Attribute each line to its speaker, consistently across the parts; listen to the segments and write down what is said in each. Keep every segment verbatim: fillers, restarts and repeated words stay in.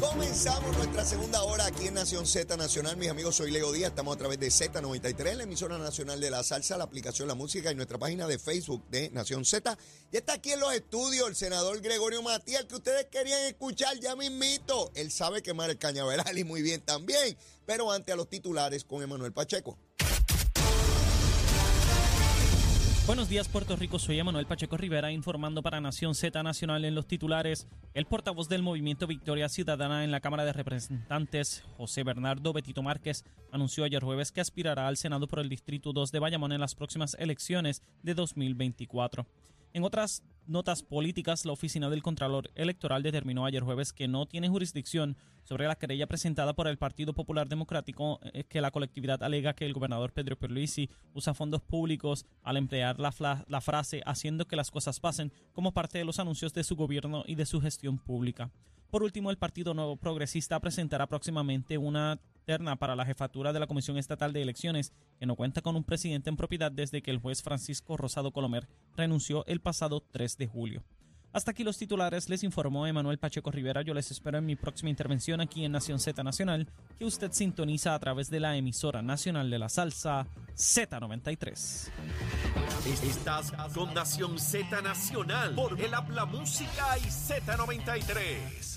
Speaker 1: Comenzamos nuestra segunda hora aquí en Nación Z Nacional. Mis amigos, soy Leo Díaz. Estamos a través de Z noventa y tres, la emisora nacional de la salsa, la aplicación La Música y nuestra página de Facebook de Nación Z. Y está aquí en los estudios el senador Gregorio Matías, que ustedes querían escuchar ya mismito. Él sabe quemar el cañaveral y muy bien también. Pero antes a los titulares con Emanuel Pacheco.
Speaker 2: Buenos días, Puerto Rico. Soy Emanuel Pacheco Rivera informando para Nación Z Nacional. En los titulares. El portavoz del Movimiento Victoria Ciudadana en la Cámara de Representantes, José Bernardo Betito Márquez, anunció ayer jueves que aspirará al Senado por el Distrito dos de Bayamón en las próximas elecciones de dos mil veinticuatro. En otras notas políticas, la Oficina del Contralor Electoral determinó ayer jueves que no tiene jurisdicción sobre la querella presentada por el Partido Popular Democrático, eh, que la colectividad alega que el gobernador Pedro Pierluisi usa fondos públicos al emplear la, fla, la frase haciendo que las cosas pasen como parte de los anuncios de su gobierno y de su gestión pública. Por último, el Partido Nuevo Progresista presentará próximamente una terna para la jefatura de la Comisión Estatal de Elecciones, que no cuenta con un presidente en propiedad desde que el juez Francisco Rosado Colomer renunció el pasado tres de julio. Hasta aquí los titulares, les informó Emanuel Pacheco Rivera. Yo les espero en mi próxima intervención aquí en Nación Z Nacional, que usted sintoniza a través de la emisora nacional de la salsa Z noventa y tres.
Speaker 3: Estás con Nación Z Nacional por el Habla Música y Z noventa y tres.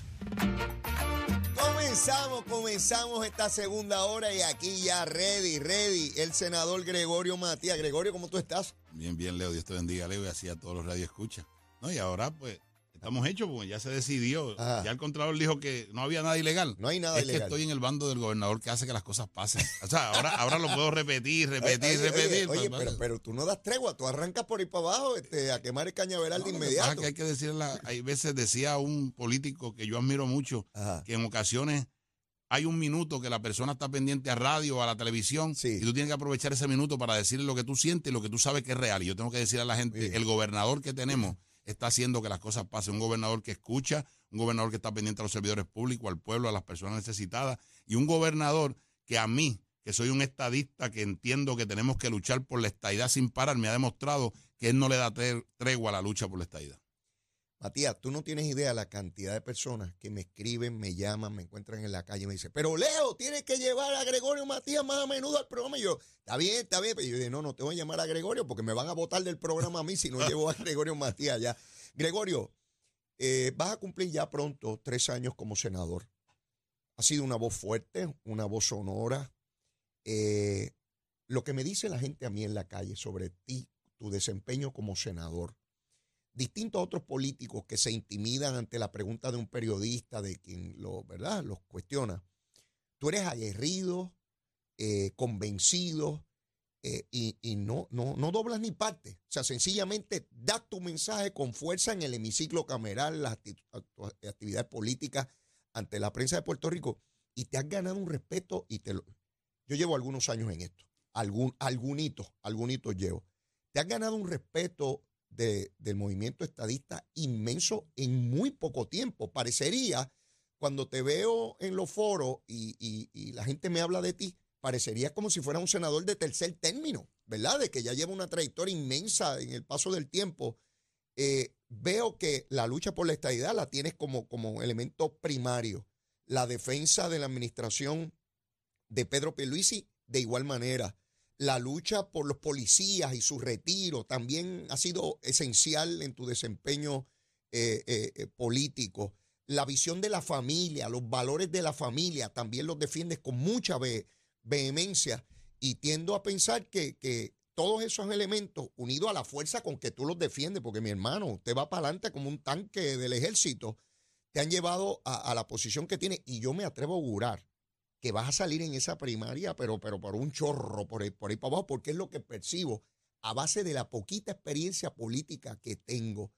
Speaker 1: Comenzamos, comenzamos esta segunda hora y aquí ya ready, ready, el senador Gregorio Matías. Gregorio, ¿cómo tú estás?
Speaker 4: Bien, bien, Leo, Dios te bendiga, Leo, y así a todos los radioescuchas. No, y ahora, pues, estamos hechos, porque ya se decidió. Ajá. Ya el Contralor dijo que no había nada ilegal.
Speaker 1: No hay nada
Speaker 4: es
Speaker 1: ilegal.
Speaker 4: Es que estoy en el bando del gobernador que hace que las cosas pasen. O sea, ahora, ahora lo puedo repetir, repetir,
Speaker 1: oye,
Speaker 4: repetir.
Speaker 1: Oye, oye pero, pero tú no das tregua, tú arrancas por ahí para abajo este, a quemar el cañaveral no, de inmediato.
Speaker 4: Lo que, que hay que decirle, hay veces decía un político que yo admiro mucho, Ajá. que en ocasiones hay un minuto que la persona está pendiente a radio o a la televisión, sí. y tú tienes que aprovechar ese minuto para decirle lo que tú sientes y lo que tú sabes que es real. Y yo tengo que decirle a la gente, el gobernador que tenemos está haciendo que las cosas pasen. Un gobernador que escucha, un gobernador que está pendiente a los servidores públicos, al pueblo, a las personas necesitadas, y un gobernador que a mí, que soy un estadista, que entiendo que tenemos que luchar por la estadidad sin parar, me ha demostrado que él no le da tregua a la lucha por la estadidad.
Speaker 1: Matías, tú no tienes idea la cantidad de personas que me escriben, me llaman, me encuentran en la calle y me dicen, pero Leo, tienes que llevar a Gregorio Matías más a menudo al programa. Y yo, está bien, está bien. Pero yo dije, no, no te voy a llamar a Gregorio porque me van a botar del programa a mí si no llevo a Gregorio Matías allá. Gregorio, eh, vas a cumplir ya pronto tres años como senador. Has sido una voz fuerte, una voz sonora. Eh, lo que me dice la gente a mí en la calle sobre ti, tu desempeño como senador, distinto a otros políticos que se intimidan ante la pregunta de un periodista, de quien lo, ¿verdad? los cuestiona. Tú eres aguerrido, eh, convencido eh, y, y no, no, no doblas ni parte. O sea, sencillamente das tu mensaje con fuerza en el hemiciclo cameral, las actividades políticas ante la prensa de Puerto Rico y te has ganado un respeto. Y te lo, yo llevo algunos años en esto, algún, algunitos, algunitos llevo. Te has ganado un respeto De, del movimiento estadista inmenso en muy poco tiempo. Parecería, cuando te veo en los foros y, y, y la gente me habla de ti, parecería como si fuera un senador de tercer término, ¿verdad? De que ya lleva una trayectoria inmensa en el paso del tiempo. Eh, veo que la lucha por la estadidad la tienes como, como elemento primario. La defensa de la administración de Pedro Pierluisi, de igual manera. La lucha por los policías y su retiro también ha sido esencial en tu desempeño eh, eh, eh, político. La visión de la familia, los valores de la familia, también los defiendes con mucha ve vehemencia. Y tiendo a pensar que, que todos esos elementos, unidos a la fuerza con que tú los defiendes, porque mi hermano, usted va para adelante como un tanque del ejército, te han llevado a, a la posición que tiene. Y yo me atrevo a augurar que vas a salir en esa primaria, pero, pero por un chorro, por ahí, por ahí para abajo, porque es lo que percibo a base de la poquita experiencia política que tengo.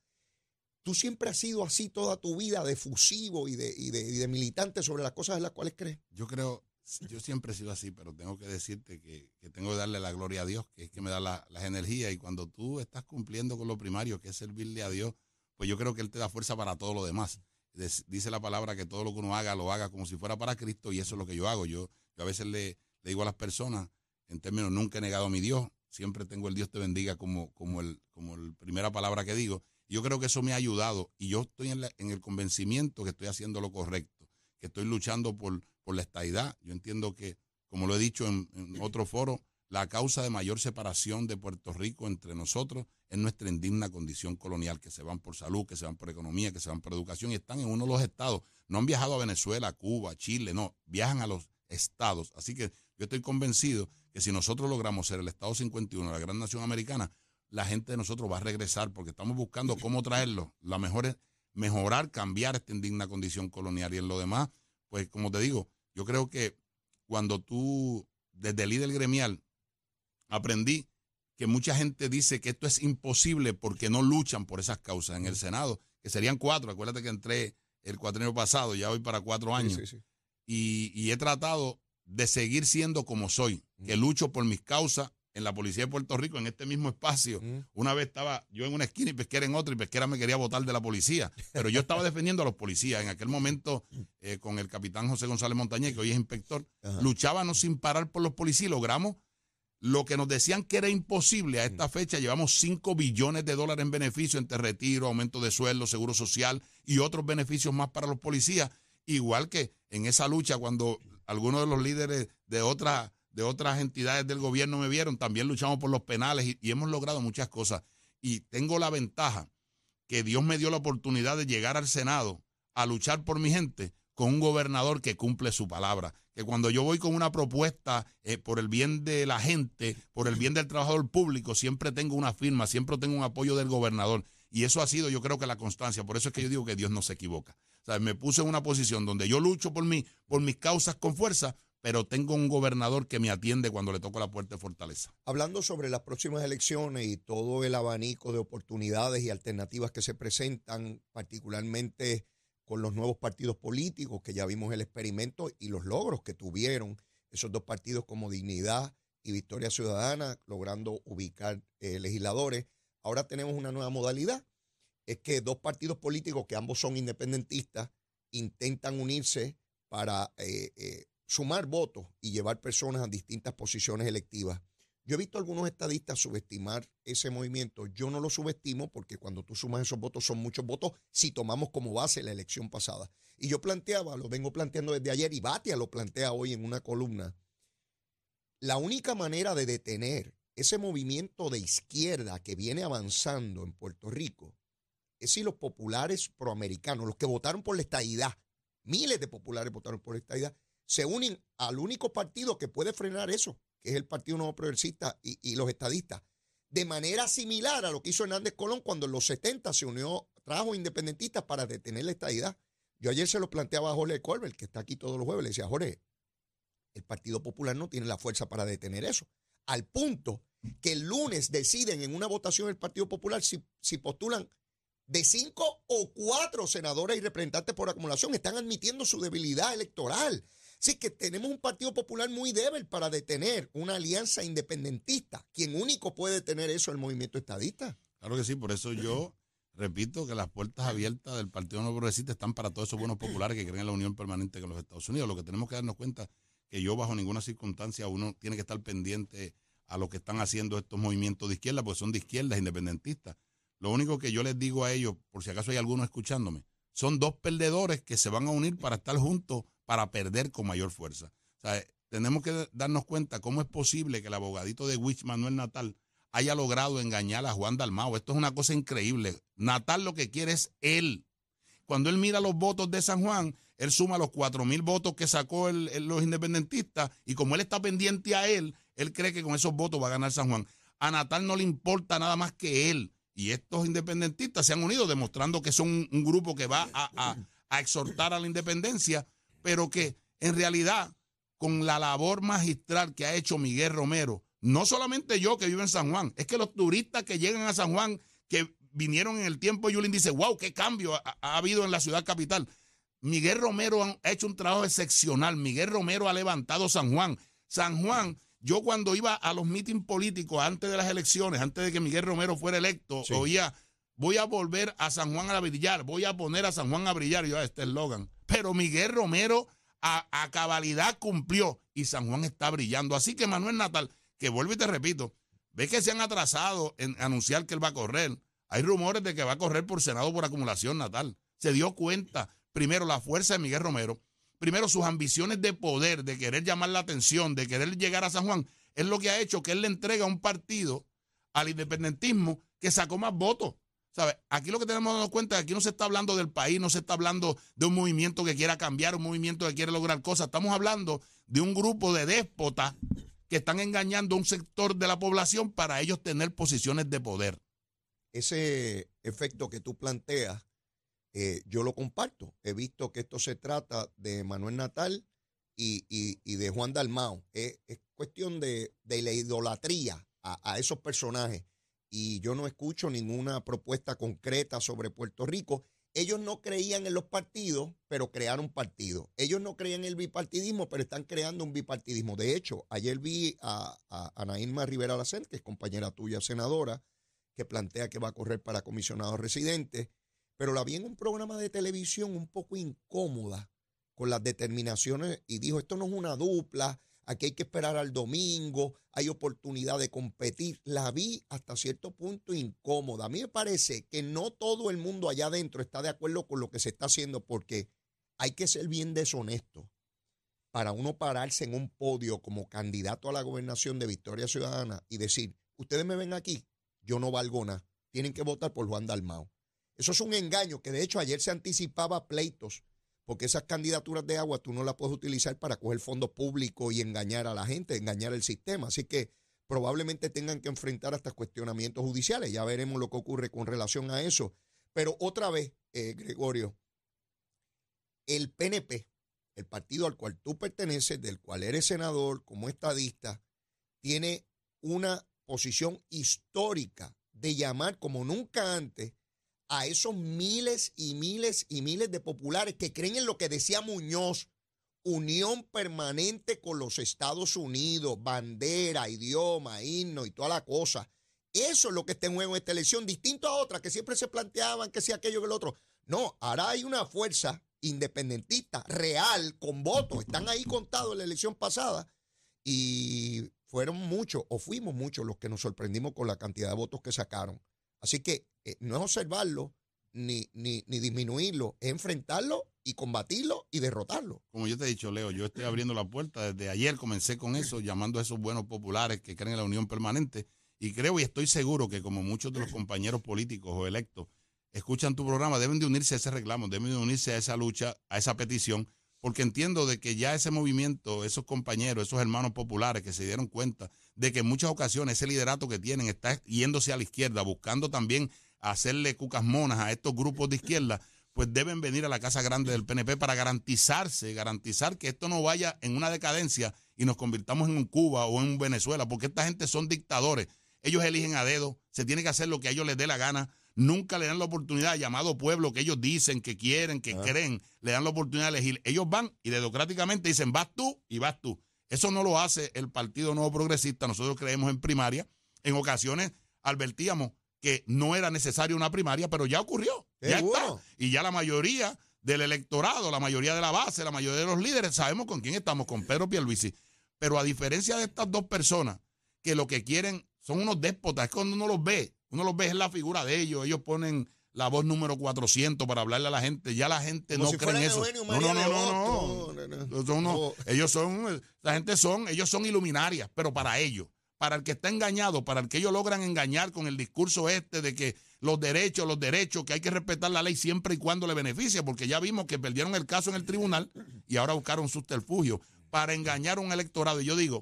Speaker 1: Tú siempre has sido así toda tu vida, de fusivo y de, y de, y de militante sobre las cosas en las cuales crees.
Speaker 4: Yo creo, yo siempre he sido así, pero tengo que decirte que, que tengo que darle la gloria a Dios, que es que me da la, las energías, y cuando tú estás cumpliendo con lo primario, que es servirle a Dios, pues yo creo que Él te da fuerza para todo lo demás. Dice la palabra que todo lo que uno haga, lo haga como si fuera para Cristo, y eso es lo que yo hago. Yo, yo a veces le, le digo a las personas, en términos, nunca he negado a mi Dios, siempre tengo el Dios te bendiga como, como, el, como la primera palabra que digo. Yo creo que eso me ha ayudado, y yo estoy en, la, en el convencimiento que estoy haciendo lo correcto, que estoy luchando por, por la estadidad. Yo entiendo que, como lo he dicho en, en otro foro, la causa de mayor separación de Puerto Rico entre nosotros es nuestra indigna condición colonial, que se van por salud, que se van por economía, que se van por educación, y están en uno de los estados. No han viajado a Venezuela, Cuba, Chile, no, viajan a los estados. Así que yo estoy convencido que si nosotros logramos ser el estado cincuenta y uno, la gran nación americana, la gente de nosotros va a regresar, porque estamos buscando cómo traerlo. La mejor es mejorar, cambiar esta indigna condición colonial. Y en lo demás, pues como te digo, yo creo que cuando tú, desde el líder gremial, aprendí que mucha gente dice que esto es imposible porque no luchan por esas causas en el Senado, que serían cuatro. Acuérdate que entré el cuatrienio pasado, ya voy para cuatro años. Sí, sí, sí. Y, y he tratado de seguir siendo como soy, mm. que lucho por mis causas en la Policía de Puerto Rico, en este mismo espacio. Mm. Una vez estaba yo en una esquina y Pesquera en otra, y Pesquera me quería botar de la policía, pero yo estaba defendiendo a los policías. En aquel momento, eh, con el capitán José González Montañez, que hoy es inspector, Ajá. luchábamos sin parar por los policías y logramos lo que nos decían que era imposible. A esta fecha llevamos cinco billones de dólares en beneficio entre retiro, aumento de sueldo, seguro social y otros beneficios más para los policías. Igual que en esa lucha, cuando algunos de los líderes de, otra, de otras entidades del gobierno me vieron, también luchamos por los penales y, y hemos logrado muchas cosas. Y tengo la ventaja que Dios me dio la oportunidad de llegar al Senado a luchar por mi gente con un gobernador que cumple su palabra. Que cuando yo voy con una propuesta eh, por el bien de la gente, por el bien del trabajador público, siempre tengo una firma, siempre tengo un apoyo del gobernador. Y eso ha sido, yo creo que la constancia. Por eso es que yo digo que Dios no se equivoca. O sea, me puse en una posición donde yo lucho por mí, por mis causas con fuerza, pero tengo un gobernador que me atiende cuando le toco la puerta de Fortaleza.
Speaker 1: Hablando sobre las próximas elecciones y todo el abanico de oportunidades y alternativas que se presentan, particularmente con los nuevos partidos políticos, que ya vimos el experimento y los logros que tuvieron esos dos partidos como Dignidad y Victoria Ciudadana, logrando ubicar eh, legisladores. Ahora tenemos una nueva modalidad, es que dos partidos políticos que ambos son independentistas intentan unirse para eh, eh, sumar votos y llevar personas a distintas posiciones electivas. Yo he visto a algunos estadistas subestimar ese movimiento. Yo no lo subestimo porque cuando tú sumas esos votos son muchos votos si tomamos como base la elección pasada. Y yo planteaba, lo vengo planteando desde ayer y Batia lo plantea hoy en una columna, la única manera de detener ese movimiento de izquierda que viene avanzando en Puerto Rico es si los populares proamericanos, los que votaron por la estadidad, miles de populares votaron por la estadidad, se unen al único partido que puede frenar eso, que es el Partido Nuevo Progresista y, y los estadistas, de manera similar a lo que hizo Hernández Colón cuando en los setenta se unió, trajo independentistas para detener la estadidad. Yo ayer se lo planteaba a Jorge Colbert, que está aquí todos los jueves, le decía, Jorge, el Partido Popular no tiene la fuerza para detener eso, al punto que el lunes deciden en una votación del Partido Popular si, si postulan de cinco o cuatro senadores y representantes por acumulación, están admitiendo su debilidad electoral. Así que tenemos un Partido Popular muy débil para detener una alianza independentista. ¿Quién único puede detener eso? El movimiento estadista.
Speaker 4: Claro que sí, por eso yo repito que las puertas abiertas del Partido Nuevo Progresista están para todos esos buenos populares que creen en la unión permanente con los Estados Unidos. Lo que tenemos que darnos cuenta que yo bajo ninguna circunstancia uno tiene que estar pendiente a lo que están haciendo estos movimientos de izquierda, porque son de izquierdas independentistas. Lo único que yo les digo a ellos, por si acaso hay algunos escuchándome, son dos perdedores que se van a unir para estar juntos para perder con mayor fuerza. O sea, tenemos que darnos cuenta cómo es posible que el abogadito de Wich, Manuel Natal, haya logrado engañar a Juan Dalmau. Esto es una cosa increíble. Natal lo que quiere es él. Cuando él mira los votos de San Juan, él suma los cuatro mil votos que sacó el, el, los independentistas, y como él está pendiente a él, él cree que con esos votos va a ganar San Juan. A Natal no le importa nada más que él. Y estos independentistas se han unido demostrando que son un, un grupo que va a, a, a exhortar a la independencia, pero que en realidad con la labor magistral que ha hecho Miguel Romero, no solamente yo que vivo en San Juan, es que los turistas que llegan a San Juan, que vinieron en el tiempo, Yulín dice, wow, qué cambio ha, ha habido en la ciudad capital. Miguel Romero ha hecho un trabajo excepcional. Miguel Romero ha levantado San Juan. San Juan, yo cuando iba a los mítines políticos antes de las elecciones, antes de que Miguel Romero fuera electo, sí, oía, voy a volver a San Juan a brillar, voy a poner a San Juan a brillar, y yo, este eslogan. Pero Miguel Romero a, a cabalidad cumplió y San Juan está brillando. Así que Manuel Natal, que vuelvo y te repito, ve que se han atrasado en anunciar que él va a correr. Hay rumores de que va a correr por Senado por acumulación, Natal. Se dio cuenta, primero, la fuerza de Miguel Romero, primero sus ambiciones de poder, de querer llamar la atención, de querer llegar a San Juan, es lo que ha hecho que él le entregue a un partido, al independentismo, que sacó más votos. ¿Sabe? Aquí lo que tenemos que darnos cuenta es que aquí no se está hablando del país, no se está hablando de un movimiento que quiera cambiar, un movimiento que quiere lograr cosas. Estamos hablando de un grupo de déspotas que están engañando a un sector de la población para ellos tener posiciones de poder.
Speaker 1: Ese efecto que tú planteas, eh, yo lo comparto. He visto que esto se trata de Manuel Natal y, y, y de Juan Dalmau. Es, es cuestión de, de la idolatría a, a esos personajes. Y yo no escucho ninguna propuesta concreta sobre Puerto Rico. Ellos no creían en los partidos, pero crearon partidos. Ellos no creían en el bipartidismo, pero están creando un bipartidismo. De hecho, ayer vi a, a Ana Irma Rivera Lacén, que es compañera tuya, senadora, que plantea que va a correr para comisionado residente, pero la vi en un programa de televisión un poco incómoda con las determinaciones y dijo, esto no es una dupla, aquí hay que esperar al domingo, hay oportunidad de competir. La vi hasta cierto punto incómoda. A mí me parece que no todo el mundo allá adentro está de acuerdo con lo que se está haciendo porque hay que ser bien deshonesto para uno pararse en un podio como candidato a la gobernación de Victoria Ciudadana y decir, ustedes me ven aquí, yo no valgo nada, tienen que votar por Juan Dalmau. Eso es un engaño que de hecho ayer se anticipaba pleitos porque esas candidaturas de agua tú no las puedes utilizar para coger fondos públicos y engañar a la gente, engañar el sistema. Así que probablemente tengan que enfrentar hasta cuestionamientos judiciales. Ya veremos lo que ocurre con relación a eso. Pero otra vez, eh, Gregorio, el P N P, el partido al cual tú perteneces, del cual eres senador como estadista, tiene una posición histórica de llamar como nunca antes a esos miles y miles y miles de populares que creen en lo que decía Muñoz, unión permanente con los Estados Unidos, bandera, idioma, himno y toda la cosa. Eso es lo que está en juego en esta elección, distinto a otras que siempre se planteaban que sea aquello que el otro. No, ahora hay una fuerza independentista real con votos. Están ahí contados en la elección pasada y fueron muchos o fuimos muchos los que nos sorprendimos con la cantidad de votos que sacaron. Así que eh, no es observarlo ni, ni, ni disminuirlo, es enfrentarlo y combatirlo y derrotarlo.
Speaker 4: Como yo te he dicho, Leo, yo estoy abriendo la puerta. Desde ayer comencé con eso, llamando a esos buenos populares que creen en la unión permanente. Y creo y estoy seguro que como muchos de los compañeros políticos o electos escuchan tu programa, deben de unirse a ese reclamo, deben de unirse a esa lucha, a esa petición, porque entiendo de que ya ese movimiento, esos compañeros, esos hermanos populares que se dieron cuenta de que en muchas ocasiones ese liderato que tienen está yéndose a la izquierda, buscando también hacerle cucas monas a estos grupos de izquierda, pues deben venir a la Casa Grande del P N P para garantizarse, garantizar que esto no vaya en una decadencia y nos convirtamos en un Cuba o en un Venezuela, porque esta gente son dictadores. Ellos eligen a dedo, se tiene que hacer lo que a ellos les dé la gana. Nunca le dan la oportunidad al llamado pueblo que ellos dicen, que quieren, que ah. creen, le dan la oportunidad de elegir. Ellos van y democráticamente dicen, vas tú y vas tú. Eso no lo hace el Partido Nuevo Progresista. Nosotros creemos en primaria. En ocasiones advertíamos que no era necesaria una primaria, pero ya ocurrió. Ya está. Y ya la mayoría del electorado, la mayoría de la base, la mayoría de los líderes, sabemos con quién estamos, con Pedro Pierluisi. Pero a diferencia de estas dos personas que lo que quieren son unos déspotas, es cuando uno los ve, uno los ve en la figura de ellos, ellos ponen la voz número cuatrocientos para hablarle a la gente, ya la gente Como no si cree en eso. No, no, no, no, no, no, no, no, no, no. Ellos son, la gente son, ellos son iluminarias, pero para ellos, para el que está engañado, para el que ellos logran engañar con el discurso este de que los derechos, los derechos, que hay que respetar la ley siempre y cuando le beneficie, porque ya vimos que perdieron el caso en el tribunal y ahora buscaron subterfugio para engañar a un electorado. Y yo digo,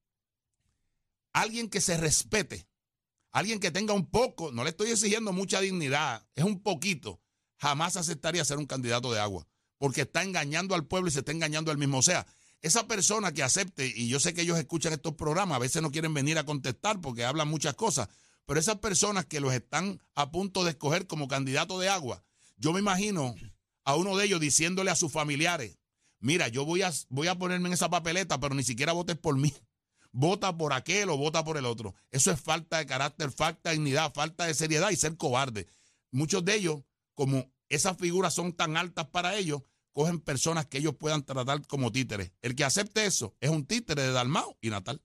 Speaker 4: alguien que se respete, alguien que tenga un poco, no le estoy exigiendo mucha dignidad, es un poquito, jamás aceptaría ser un candidato de agua, porque está engañando al pueblo y se está engañando al mismo. O sea, esa persona que acepte, y yo sé que ellos escuchan estos programas, a veces no quieren venir a contestar porque hablan muchas cosas, pero esas personas que los están a punto de escoger como candidato de agua, yo me imagino a uno de ellos diciéndole a sus familiares, mira, yo voy a, voy a ponerme en esa papeleta, pero ni siquiera votes por mí. Vota por aquel o vota por el otro. Eso es falta de carácter, falta de dignidad, falta de seriedad y ser cobarde. Muchos de ellos, como esas figuras son tan altas para ellos, cogen personas que ellos puedan tratar como títeres. El que acepte eso es un títere de Dalmau y Natal.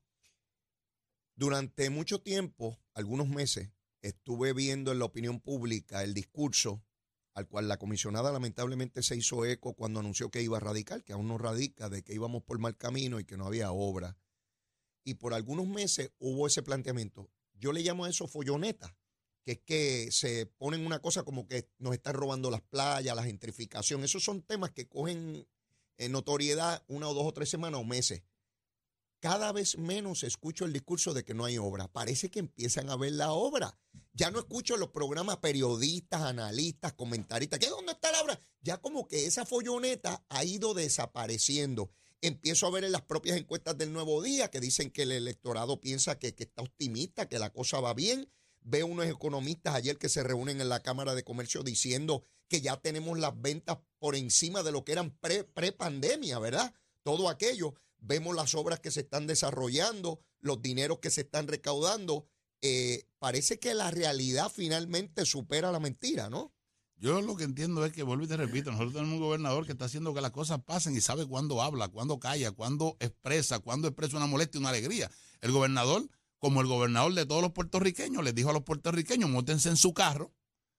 Speaker 1: Durante mucho tiempo, algunos meses, estuve viendo en la opinión pública el discurso al cual la comisionada lamentablemente se hizo eco cuando anunció que iba a radicar, que aún no radica, de que íbamos por mal camino y que no había obra. Y por algunos meses hubo ese planteamiento. Yo le llamo a eso folloneta, que es que se ponen una cosa como que nos están robando las playas, la gentrificación. Esos son temas que cogen en notoriedad una o dos o tres semanas o meses. Cada vez menos escucho el discurso de que no hay obra. Parece que empiezan a ver la obra. Ya no escucho los programas periodistas, analistas, comentaristas. ¿Qué? ¿Dónde está la obra? Ya como que esa folloneta ha ido desapareciendo. Empiezo a ver en las propias encuestas del Nuevo Día que dicen que el electorado piensa que, que está optimista, que la cosa va bien. Veo unos economistas ayer que se reúnen en la Cámara de Comercio diciendo que ya tenemos las ventas por encima de lo que eran pre, pre-pandemia, ¿verdad? Todo aquello. Vemos las obras que se están desarrollando, los dineros que se están recaudando. Eh, parece que la realidad finalmente supera la mentira, ¿no?
Speaker 4: Yo lo que entiendo es que, vuelvo y te repito, nosotros tenemos un gobernador que está haciendo que las cosas pasen y sabe cuándo habla, cuándo calla, cuándo expresa, cuándo expresa una molestia y una alegría. El gobernador, como el gobernador de todos los puertorriqueños, les dijo a los puertorriqueños, móntense en su carro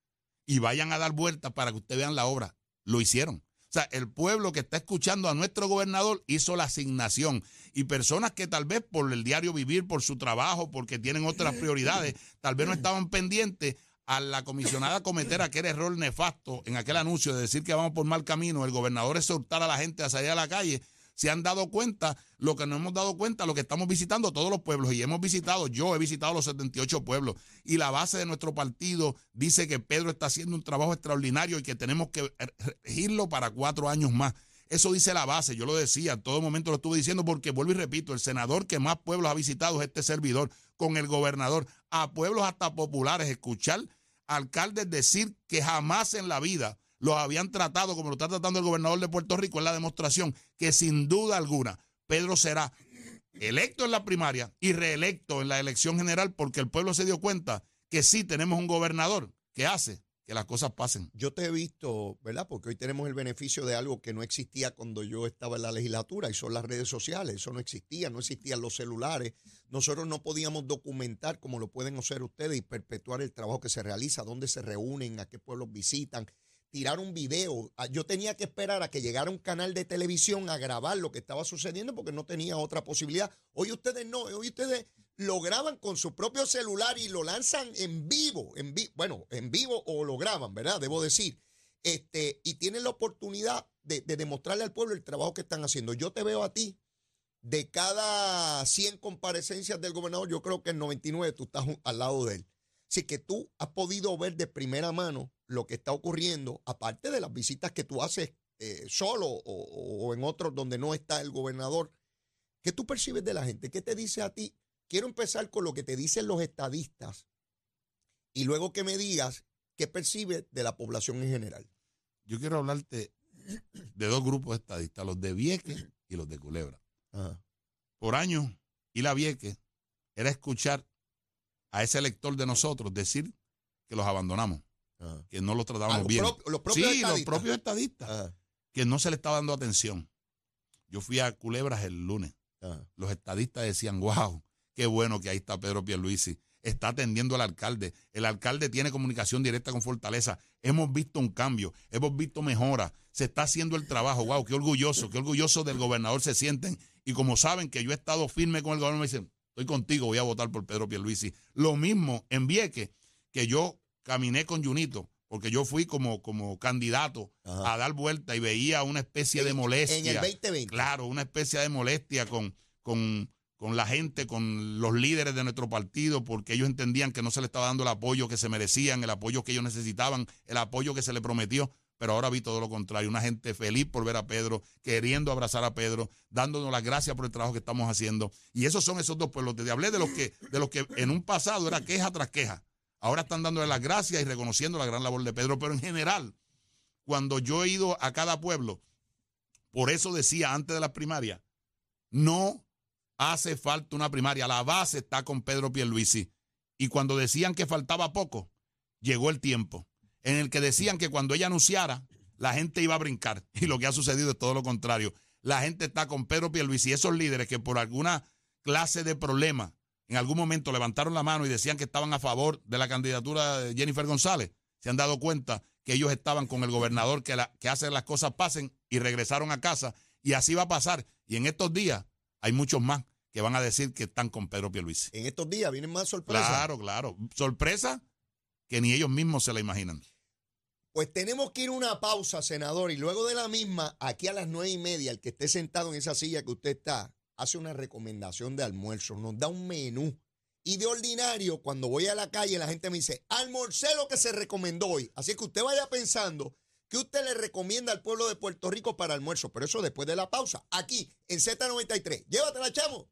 Speaker 4: y vayan a dar vueltas para que ustedes vean la obra. Lo hicieron. O sea, el pueblo que está escuchando a nuestro gobernador hizo la asignación. Y personas que tal vez por el diario vivir, por su trabajo, porque tienen otras prioridades, tal vez no estaban pendientes a la comisionada cometer aquel error nefasto en aquel anuncio de decir que vamos por mal camino, el gobernador exhortar a la gente a salir a la calle. Se han dado cuenta, lo que nos hemos dado cuenta, lo que estamos visitando todos los pueblos, y hemos visitado, yo he visitado los setenta y ocho pueblos, y la base de nuestro partido dice que Pedro está haciendo un trabajo extraordinario y que tenemos que regirlo para cuatro años más. Eso dice la base, yo lo decía, en todo momento lo estuve diciendo porque, vuelvo y repito, el senador que más pueblos ha visitado es este servidor, con el gobernador, a pueblos hasta populares, escuchar alcaldes decir que jamás en la vida los habían tratado como lo está tratando el gobernador de Puerto Rico, es la demostración que sin duda alguna Pedro será electo en la primaria y reelecto en la elección general porque el pueblo se dio cuenta que sí tenemos un gobernador que hace que las cosas pasen.
Speaker 1: Yo te he visto, ¿verdad? Porque hoy tenemos el beneficio de algo que no existía cuando yo estaba en la legislatura y son las redes sociales. Eso no existía, no existían los celulares. Nosotros no podíamos documentar como lo pueden hacer ustedes y perpetuar el trabajo que se realiza, dónde se reúnen, a qué pueblos visitan. Tirar un video. Yo tenía que esperar a que llegara un canal de televisión a grabar lo que estaba sucediendo porque no tenía otra posibilidad. Hoy ustedes no, hoy ustedes lo graban con su propio celular y lo lanzan en vivo, en vi bueno, en vivo o lo graban, ¿verdad? Debo decir. Este, y tienen la oportunidad de, de demostrarle al pueblo el trabajo que están haciendo. Yo te veo a ti, de cada cien comparecencias del gobernador, yo creo que en noventa y nueve tú estás al lado de él. Así que tú has podido ver de primera mano lo que está ocurriendo, aparte de las visitas que tú haces eh, solo o, o en otros donde no está el gobernador. ¿Qué tú percibes de la gente? ¿Qué te dice a ti? Quiero empezar con lo que te dicen los estadistas y luego que me digas qué percibes de la población en general.
Speaker 4: Yo quiero hablarte de dos grupos de estadistas, los de Vieques y los de Culebra.
Speaker 1: Ajá.
Speaker 4: Por años, ir a Vieques era escuchar a ese elector de nosotros decir que los abandonamos, Ajá. que no los tratábamos
Speaker 1: los
Speaker 4: bien.
Speaker 1: Pro, los propios
Speaker 4: sí,
Speaker 1: estadistas.
Speaker 4: los propios estadistas, Ajá. que no se le estaba dando atención. Yo fui a Culebras el lunes. Ajá. Los estadistas decían, wow, qué bueno que ahí está Pedro Pierluisi. Está atendiendo al alcalde. El alcalde tiene comunicación directa con Fortaleza. Hemos visto un cambio, hemos visto mejora. Se está haciendo el trabajo. Wow, qué orgulloso, qué orgulloso del gobernador se sienten. Y como saben que yo he estado firme con el gobernador, me dicen, estoy contigo, voy a votar por Pedro Pierluisi. Lo mismo en Vieques, que yo caminé con Junito, porque yo fui como, como candidato Ajá. a dar vuelta y veía una especie en, de molestia.
Speaker 1: En el veinte veinte.
Speaker 4: Claro, una especie de molestia con, con, con la gente, con los líderes de nuestro partido, porque ellos entendían que no se le estaba dando el apoyo que se merecían, el apoyo que ellos necesitaban, el apoyo que se le prometió. Pero ahora vi todo lo contrario, una gente feliz por ver a Pedro, queriendo abrazar a Pedro, dándonos las gracias por el trabajo que estamos haciendo. Y esos son esos dos pueblos. Te hablé de los que, de los que en un pasado era queja tras queja. Ahora están dándole las gracias y reconociendo la gran labor de Pedro. Pero en general, cuando yo he ido a cada pueblo, por eso decía antes de la primaria, no hace falta una primaria. La base está con Pedro Pierluisi. Y cuando decían que faltaba poco, llegó el tiempo en el que decían que cuando ella anunciara, la gente iba a brincar. Y lo que ha sucedido es todo lo contrario. La gente está con Pedro Pierluisi y esos líderes que por alguna clase de problema en algún momento levantaron la mano y decían que estaban a favor de la candidatura de Jennifer González, se han dado cuenta que ellos estaban con el gobernador que, la, que hace las cosas pasen y regresaron a casa. Y así va a pasar. Y en estos días hay muchos más que van a decir que están con Pedro Pierluisi.
Speaker 1: En estos días vienen más sorpresas.
Speaker 4: Claro, claro. Sorpresa que ni ellos mismos se la imaginan.
Speaker 1: Pues tenemos que ir a una pausa, senador, y luego de la misma, aquí a las nueve y media, el que esté sentado en esa silla que usted está, hace una recomendación de almuerzo, nos da un menú. Y de ordinario, cuando voy a la calle, la gente me dice, almorcé lo que se recomendó hoy. Así que usted vaya pensando que usted le recomienda al pueblo de Puerto Rico para almuerzo, pero eso después de la pausa, aquí en Z noventa y tres. Llévatela, chamo.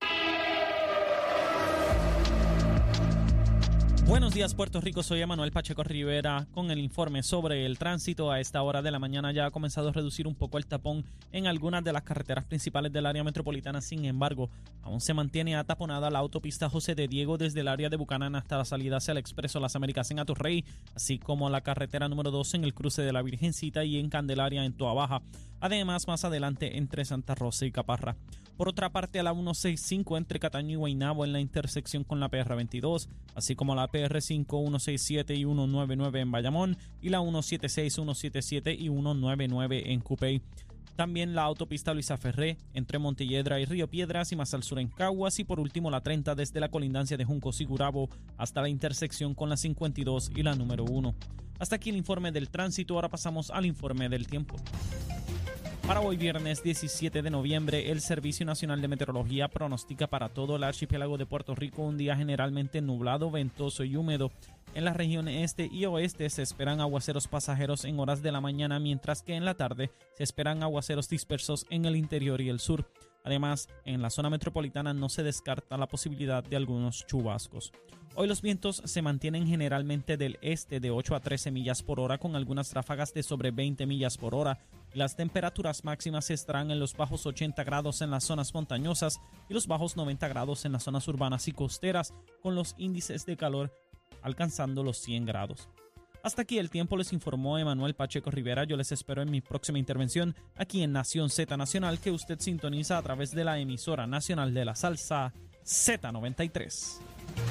Speaker 2: Buenos días, Puerto Rico. Soy Emanuel Pacheco Rivera con el informe sobre el tránsito. A esta hora de la mañana ya ha comenzado a reducir un poco el tapón en algunas de las carreteras principales del área metropolitana. Sin embargo, aún se mantiene ataponada la autopista José de Diego desde el área de Bucanán hasta la salida hacia el Expreso Las Américas en Atorrey, así como la carretera número dos en el cruce de la Virgencita y en Candelaria en Toa Baja. Además, más adelante entre Santa Rosa y Caparra. Por otra parte, a la ciento sesenta y cinco entre Cataño y Guaynabo en la intersección con la P R veintidós, así como la P R cinco, ciento sesenta y siete y ciento noventa y nueve en Bayamón y la ciento setenta y seis, ciento setenta y siete y ciento noventa y nueve en Cupey. También la autopista Luisa Ferré entre Montelledra y Río Piedras y más al sur en Caguas, y por último la treinta desde la colindancia de Juncos y Gurabo hasta la intersección con la cincuenta y dos y la número uno. Hasta aquí el informe del tránsito. Ahora pasamos al informe del tiempo. Para hoy viernes diecisiete de noviembre, el Servicio Nacional de Meteorología pronostica para todo el archipiélago de Puerto Rico un día generalmente nublado, ventoso y húmedo. En la región este y oeste se esperan aguaceros pasajeros en horas de la mañana, mientras que en la tarde se esperan aguaceros dispersos en el interior y el sur. Además, en la zona metropolitana no se descarta la posibilidad de algunos chubascos. Hoy los vientos se mantienen generalmente del este de ocho a trece millas por hora, con algunas ráfagas de sobre veinte millas por hora. Las temperaturas máximas estarán en los bajos ochenta grados en las zonas montañosas y los bajos noventa grados en las zonas urbanas y costeras, con los índices de calor alcanzando los cien grados. Hasta aquí el tiempo, les informó Emanuel Pacheco Rivera. Yo les espero en mi próxima intervención aquí en Nación Z Nacional, que usted sintoniza a través de la emisora nacional de la salsa Z noventa y tres.